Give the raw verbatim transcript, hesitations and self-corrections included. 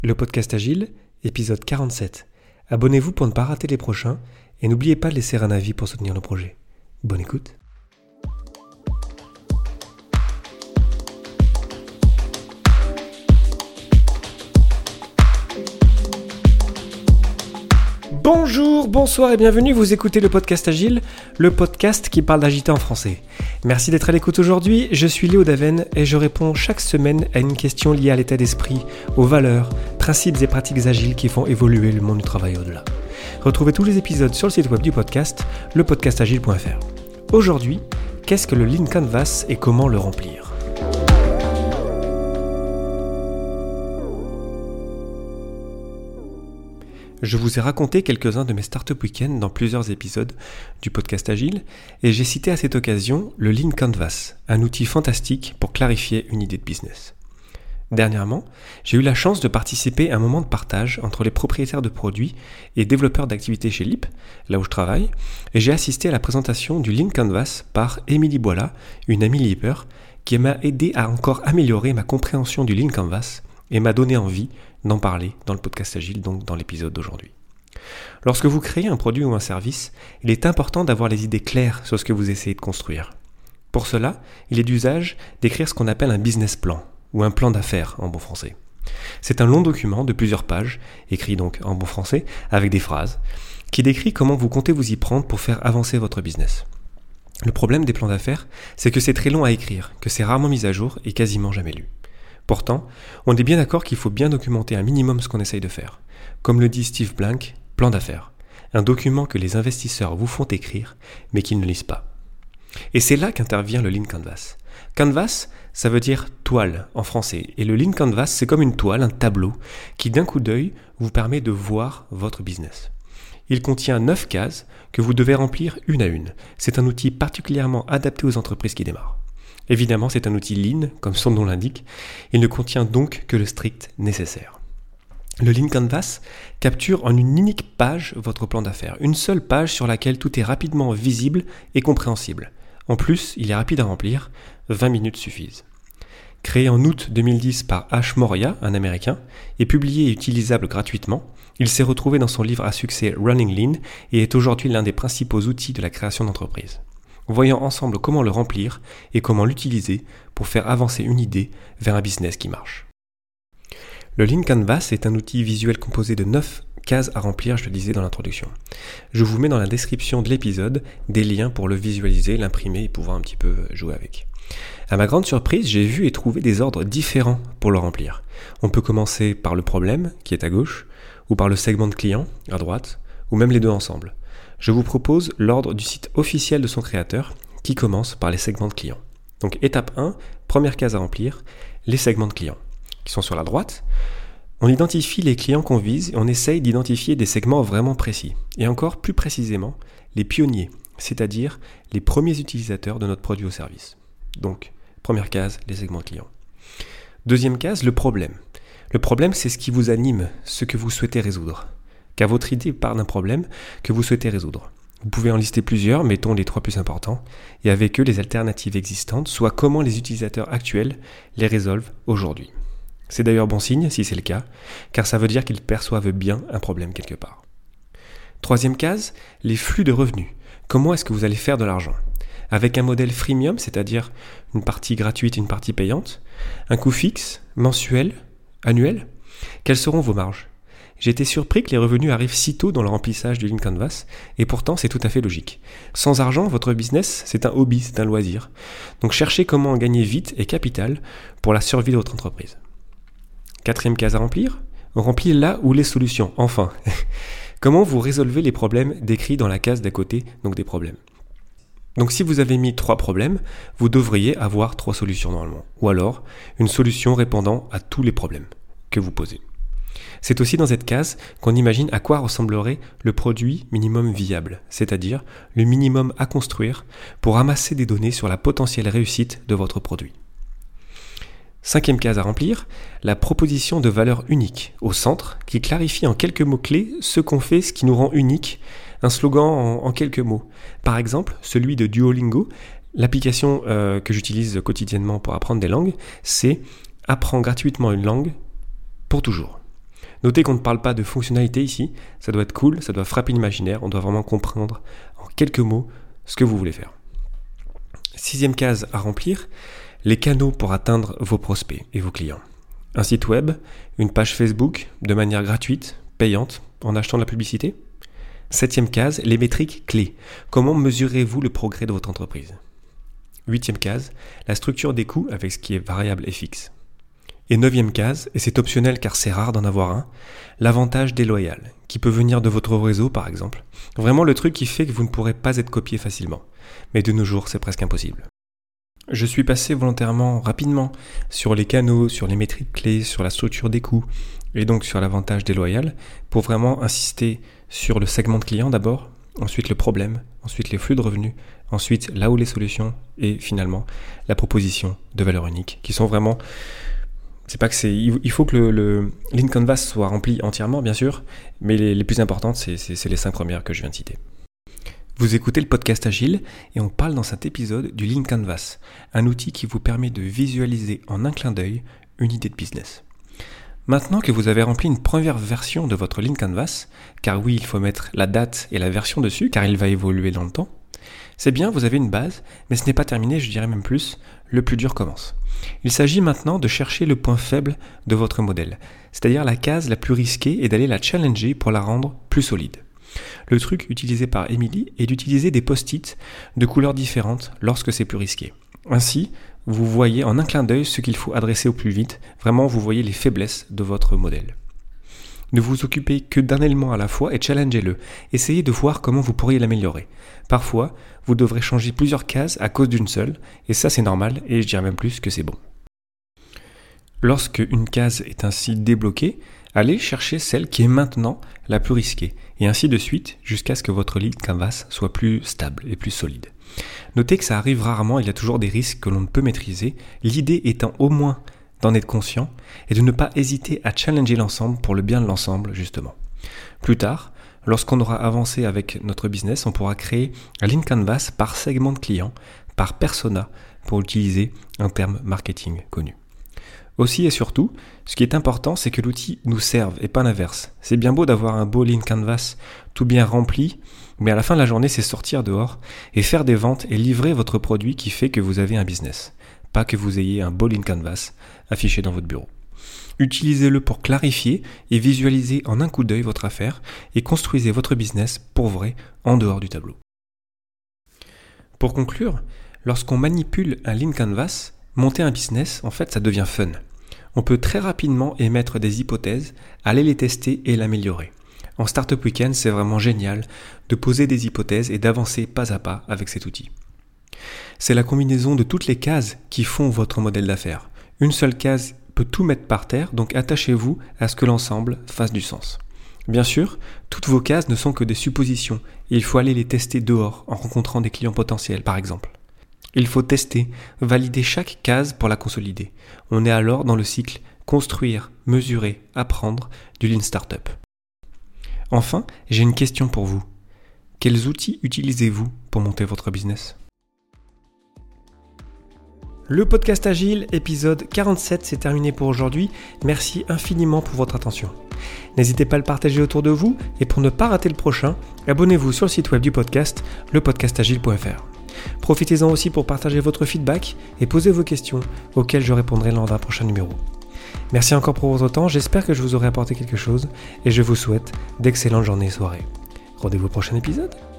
Le podcast Agile, épisode quarante-sept. Abonnez-vous pour ne pas rater les prochains et n'oubliez pas de laisser un avis pour soutenir le projet. Bonne écoute. Bonjour, bonsoir et bienvenue, vous écoutez le podcast Agile, le podcast qui parle d'agilité en français. Merci d'être à l'écoute aujourd'hui, je suis Léo Daven et je réponds chaque semaine à une question liée à l'état d'esprit, aux valeurs, principes et pratiques agiles qui font évoluer le monde du travail au-delà. Retrouvez tous les épisodes sur le site web du podcast, le podcast agile point f r. Aujourd'hui, qu'est-ce que le Lean Canvas et comment le remplir ? Je vous ai raconté quelques-uns de mes Startup Weekend dans plusieurs épisodes du podcast Agile et j'ai cité à cette occasion le Lean Canvas, un outil fantastique pour clarifier une idée de business. Dernièrement, j'ai eu la chance de participer à un moment de partage entre les propriétaires de produits et développeurs d'activités chez L I P, là où je travaille, et j'ai assisté à la présentation du Lean Canvas par Émilie Boila, une amie Leaper, qui m'a aidé à encore améliorer ma compréhension du Lean Canvas et m'a donné envie d'en parler dans le podcast Agile, donc dans l'épisode d'aujourd'hui. Lorsque vous créez un produit ou un service, il est important d'avoir les idées claires sur ce que vous essayez de construire. Pour cela, il est d'usage d'écrire ce qu'on appelle un business plan, ou un plan d'affaires en bon français. C'est un long document de plusieurs pages, écrit donc en bon français, avec des phrases, qui décrit comment vous comptez vous y prendre pour faire avancer votre business. Le problème des plans d'affaires, c'est que c'est très long à écrire, que c'est rarement mis à jour et quasiment jamais lu. Pourtant, on est bien d'accord qu'il faut bien documenter un minimum ce qu'on essaye de faire. Comme le dit Steve Blank, plan d'affaires, un document que les investisseurs vous font écrire, mais qu'ils ne lisent pas. Et c'est là qu'intervient le Lean Canvas. Canvas, ça veut dire toile en français, et le Lean Canvas, c'est comme une toile, un tableau, qui d'un coup d'œil vous permet de voir votre business. Il contient neuf cases que vous devez remplir une à une. C'est un outil particulièrement adapté aux entreprises qui démarrent. Évidemment, c'est un outil Lean, comme son nom l'indique. Il ne contient donc que le strict nécessaire. Le Lean Canvas capture en une unique page votre plan d'affaires. Une seule page sur laquelle tout est rapidement visible et compréhensible. En plus, il est rapide à remplir, vingt minutes suffisent. Créé en août deux mille dix par Ash Maurya, un Américain, et publié et utilisable gratuitement, il s'est retrouvé dans son livre à succès Running Lean et est aujourd'hui l'un des principaux outils de la création d'entreprise. Voyons ensemble comment le remplir et comment l'utiliser pour faire avancer une idée vers un business qui marche. Le Lean Canvas est un outil visuel composé de neuf cases à remplir, je le disais dans l'introduction. Je vous mets dans la description de l'épisode des liens pour le visualiser, l'imprimer et pouvoir un petit peu jouer avec. À ma grande surprise, j'ai vu et trouvé des ordres différents pour le remplir. On peut commencer par le problème, qui est à gauche, ou par le segment de client, à droite, ou même les deux ensemble. Je vous propose l'ordre du site officiel de son créateur qui commence par les segments de clients. Donc étape un, première case à remplir, les segments de clients qui sont sur la droite. On identifie les clients qu'on vise et on essaye d'identifier des segments vraiment précis. Et encore plus précisément, les pionniers, c'est-à-dire les premiers utilisateurs de notre produit ou service. Donc, première case, les segments de clients. Deuxième case, le problème. Le problème, c'est ce qui vous anime, ce que vous souhaitez résoudre. Car votre idée part d'un problème que vous souhaitez résoudre. Vous pouvez en lister plusieurs, mettons les trois plus importants, et avec eux les alternatives existantes, soit comment les utilisateurs actuels les résolvent aujourd'hui. C'est d'ailleurs bon signe si c'est le cas, car ça veut dire qu'ils perçoivent bien un problème quelque part. Troisième case, les flux de revenus. Comment est-ce que vous allez faire de l'argent ? Avec un modèle freemium, c'est-à-dire une partie gratuite et une partie payante, un coût fixe, mensuel, annuel, quelles seront vos marges ? J'ai été surpris que les revenus arrivent si tôt dans le remplissage du Lean Canvas, et pourtant c'est tout à fait logique. Sans argent, votre business, c'est un hobby, c'est un loisir. Donc cherchez comment en gagner vite et capital pour la survie de votre entreprise. Quatrième case à remplir, on remplit là où les solutions, enfin. Comment vous résolvez les problèmes décrits dans la case d'à côté, donc des problèmes. Donc si vous avez mis trois problèmes, vous devriez avoir trois solutions normalement. Ou alors, une solution répondant à tous les problèmes que vous posez. C'est aussi dans cette case qu'on imagine à quoi ressemblerait le produit minimum viable, c'est-à-dire le minimum à construire pour amasser des données sur la potentielle réussite de votre produit. Cinquième case à remplir, la proposition de valeur unique au centre qui clarifie en quelques mots-clés ce qu'on fait, ce qui nous rend unique, un slogan en, en quelques mots. Par exemple, celui de Duolingo, l'application euh, que j'utilise quotidiennement pour apprendre des langues, c'est « Apprends gratuitement une langue pour toujours ». Notez qu'on ne parle pas de fonctionnalité ici, ça doit être cool, ça doit frapper l'imaginaire, on doit vraiment comprendre en quelques mots ce que vous voulez faire. Sixième case à remplir, les canaux pour atteindre vos prospects et vos clients. Un site web, une page Facebook de manière gratuite, payante, en achetant de la publicité. Septième case, les métriques clés. Comment mesurez-vous le progrès de votre entreprise? Huitième case, la structure des coûts avec ce qui est variable et fixe. Et neuvième case, et c'est optionnel car c'est rare d'en avoir un, l'avantage déloyal, qui peut venir de votre réseau par exemple. Vraiment le truc qui fait que vous ne pourrez pas être copié facilement. Mais de nos jours, c'est presque impossible. Je suis passé volontairement rapidement sur les canaux, sur les métriques clés, sur la structure des coûts et donc sur l'avantage déloyal pour vraiment insister sur le segment de client d'abord, ensuite le problème, ensuite les flux de revenus, ensuite là où les solutions et finalement la proposition de valeur unique qui sont vraiment... C'est pas que c'est, il faut que le, le Lean Canvas soit rempli entièrement bien sûr, mais les, les plus importantes c'est, c'est, c'est les cinq premières que je viens de citer. Vous écoutez le podcast Agile et on parle dans cet épisode du Lean Canvas, un outil qui vous permet de visualiser en un clin d'œil une idée de business. Maintenant que vous avez rempli une première version de votre Lean Canvas, car oui, il faut mettre la date et la version dessus, car il va évoluer dans le temps, c'est bien, vous avez une base, mais ce n'est pas terminé, je dirais même plus, le plus dur commence. Il s'agit maintenant de chercher le point faible de votre modèle, c'est-à-dire la case la plus risquée et d'aller la challenger pour la rendre plus solide. Le truc utilisé par Emily est d'utiliser des post-it de couleurs différentes lorsque c'est plus risqué. Ainsi, vous voyez en un clin d'œil ce qu'il faut adresser au plus vite. Vraiment, vous voyez les faiblesses de votre modèle. Ne vous occupez que d'un élément à la fois et challengez-le. Essayez de voir comment vous pourriez l'améliorer. Parfois, vous devrez changer plusieurs cases à cause d'une seule, et ça c'est normal, et je dirais même plus que c'est bon. Lorsque une case est ainsi débloquée, allez chercher celle qui est maintenant la plus risquée, et ainsi de suite jusqu'à ce que votre Lean Canvas soit plus stable et plus solide. Notez que ça arrive rarement, il y a toujours des risques que l'on ne peut maîtriser, l'idée étant au moins d'en être conscient et de ne pas hésiter à challenger l'ensemble pour le bien de l'ensemble justement. Plus tard, lorsqu'on aura avancé avec notre business, on pourra créer un Lean Canvas par segment de client, par persona, pour utiliser un terme marketing connu. Aussi et surtout, ce qui est important, c'est que l'outil nous serve et pas l'inverse. C'est bien beau d'avoir un beau Lean Canvas tout bien rempli, mais à la fin de la journée, c'est sortir dehors et faire des ventes et livrer votre produit qui fait que vous avez un business. Pas que vous ayez un beau Lean Canvas affiché dans votre bureau. Utilisez-le pour clarifier et visualiser en un coup d'œil votre affaire et construisez votre business pour vrai en dehors du tableau. Pour conclure, lorsqu'on manipule un Lean Canvas, monter un business, en fait, ça devient fun. On peut très rapidement émettre des hypothèses, aller les tester et l'améliorer. En Startup Weekend, c'est vraiment génial de poser des hypothèses et d'avancer pas à pas avec cet outil. C'est la combinaison de toutes les cases qui font votre modèle d'affaires. Une seule case peut tout mettre par terre, donc attachez-vous à ce que l'ensemble fasse du sens. Bien sûr, toutes vos cases ne sont que des suppositions et il faut aller les tester dehors en rencontrant des clients potentiels par exemple. Il faut tester, valider chaque case pour la consolider. On est alors dans le cycle construire, mesurer, apprendre du Lean Startup. Enfin, j'ai une question pour vous. Quels outils utilisez-vous pour monter votre business ? Le podcast Agile, épisode quarante-sept, c'est terminé pour aujourd'hui. Merci infiniment pour votre attention. N'hésitez pas à le partager autour de vous et pour ne pas rater le prochain, abonnez-vous sur le site web du podcast, le podcast agile point f r. Profitez-en aussi pour partager votre feedback et poser vos questions auxquelles je répondrai lors d'un prochain numéro. Merci encore pour votre temps, j'espère que je vous aurai apporté quelque chose et je vous souhaite d'excellentes journées et soirées. Rendez-vous au prochain épisode.